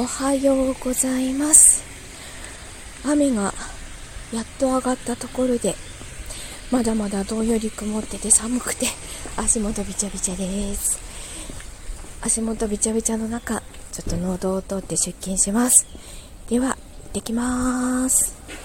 おはようございます。雨がやっと上がったところで、まだまだどんより曇ってて寒くて足元びちゃびちゃです。足元びちゃびちゃの中、ちょっと農道を通って出勤します。では行ってきます。